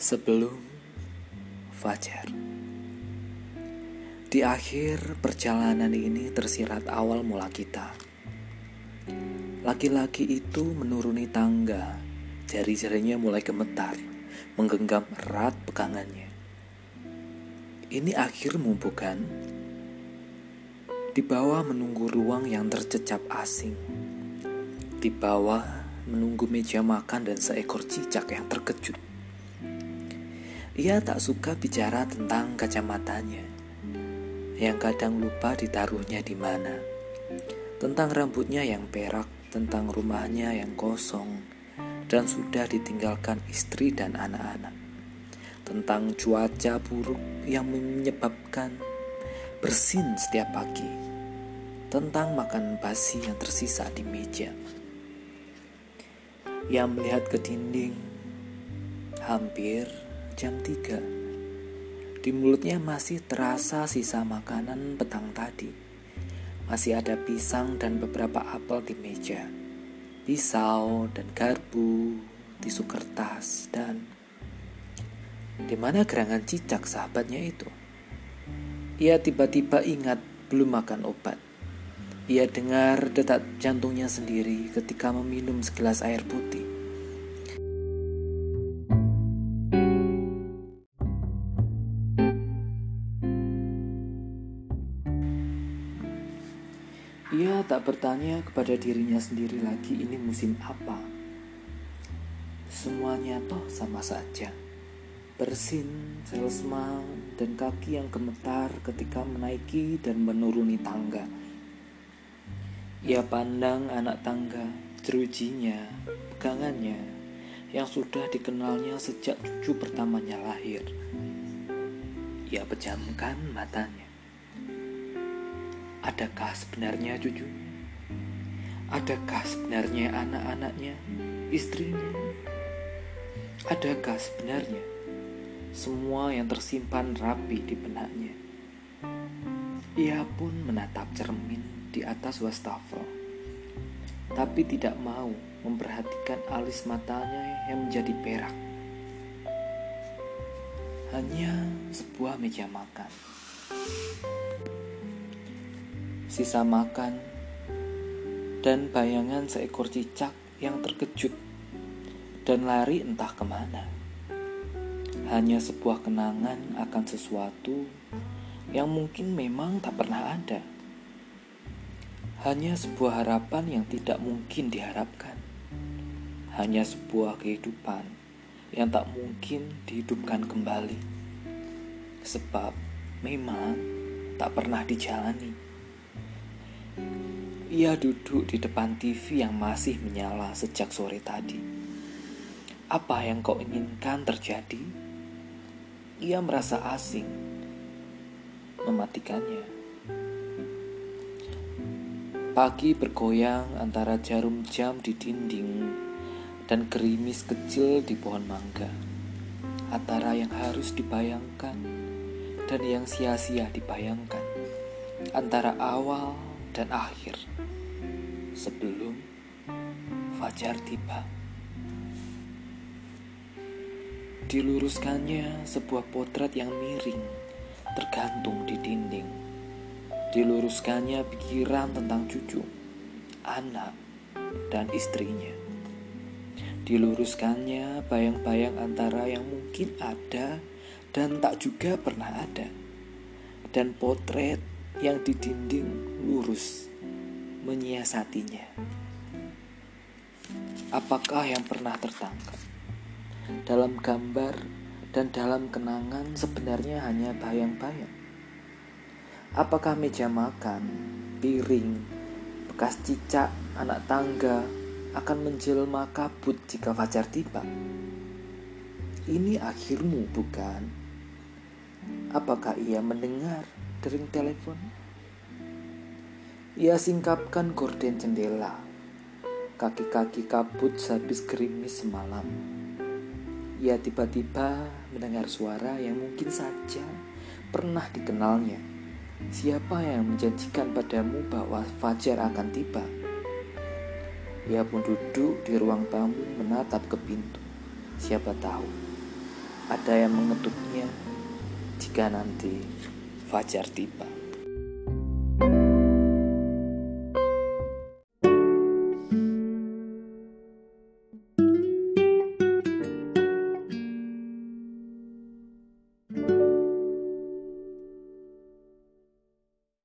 Sebelum fajar. Di akhir perjalanan ini tersirat awal mula kita. Laki-laki itu menuruni tangga. Jari-jarinya mulai gemetar, menggenggam erat pegangannya. Ini akhirmu, bukan? Di bawah menunggu ruang yang tercecap asing. Di bawah menunggu meja makan dan seekor cicak yang terkejut. Ia tak suka bicara tentang kacamatanya, yang kadang lupa ditaruhnya di mana. Tentang rambutnya yang perak, tentang rumahnya yang kosong dan sudah ditinggalkan istri dan anak-anak. Tentang cuaca buruk yang menyebabkan bersin setiap pagi. Tentang makanan basi yang tersisa di meja. Ia melihat ke dinding. Hampir jam 3. Di mulutnya masih terasa sisa makanan petang tadi. Masih ada pisang dan beberapa apel di meja. Pisau dan garpu, tisu kertas, dan di mana gerangan cicak sahabatnya itu? Ia tiba-tiba ingat belum makan obat. Ia dengar detak jantungnya sendiri ketika meminum segelas air putih. Ia tak bertanya kepada dirinya sendiri lagi ini musim apa. Semuanya toh sama saja. Bersin, salesman, dan kaki yang gemetar ketika menaiki dan menuruni tangga. Ia pandang anak tangga, jerujinya, pegangannya, yang sudah dikenalnya sejak cucu pertamanya lahir. Ia pejamkan matanya. Adakah sebenarnya cucunya? Adakah sebenarnya anak-anaknya, istrinya? Adakah sebenarnya semua yang tersimpan rapi di benaknya? Ia pun menatap cermin di atas wastafel, tapi tidak mau memperhatikan alis matanya yang menjadi perak. Hanya sebuah meja makan. Sisa makan dan bayangan seekor cicak yang terkejut dan lari entah kemana. Hanya sebuah kenangan akan sesuatu yang mungkin memang tak pernah ada. Hanya sebuah harapan yang tidak mungkin diharapkan. Hanya sebuah kehidupan yang tak mungkin dihidupkan kembali. Sebab memang tak pernah dijalani. Ia duduk di depan TV yang masih menyala sejak sore tadi. Apa yang kau inginkan terjadi? Ia merasa asing. Mematikannya. Pagi bergoyang antara jarum jam di dinding dan gerimis kecil di pohon mangga. Antara yang harus dibayangkan dan yang sia-sia dibayangkan. Antara awal dan akhir. Sebelum fajar tiba. Diluruskannya sebuah potret yang miring tergantung di dinding. Diluruskannya pikiran tentang cucu, anak, dan istrinya. Diluruskannya bayang-bayang antara yang mungkin ada dan tak juga pernah ada. Dan potret yang di dinding lurus menyiasatinya. Apakah yang pernah tertangkap dalam gambar dan dalam kenangan sebenarnya hanya bayang-bayang? Apakah meja makan, piring, bekas cicak, anak tangga akan menjelma kabut jika fajar tiba? Ini akhirmu, bukan? Apakah ia mendengar dering telepon? Ia singkapkan gorden jendela. Kaki-kaki kabut sehabis gerimis semalam. Ia tiba-tiba mendengar suara yang mungkin saja pernah dikenalnya. Siapa yang menjanjikan padamu bahwa fajar akan tiba? Ia pun duduk di ruang tamu menatap ke pintu. Siapa tahu ada yang mengetuknya jika nanti fajar tiba.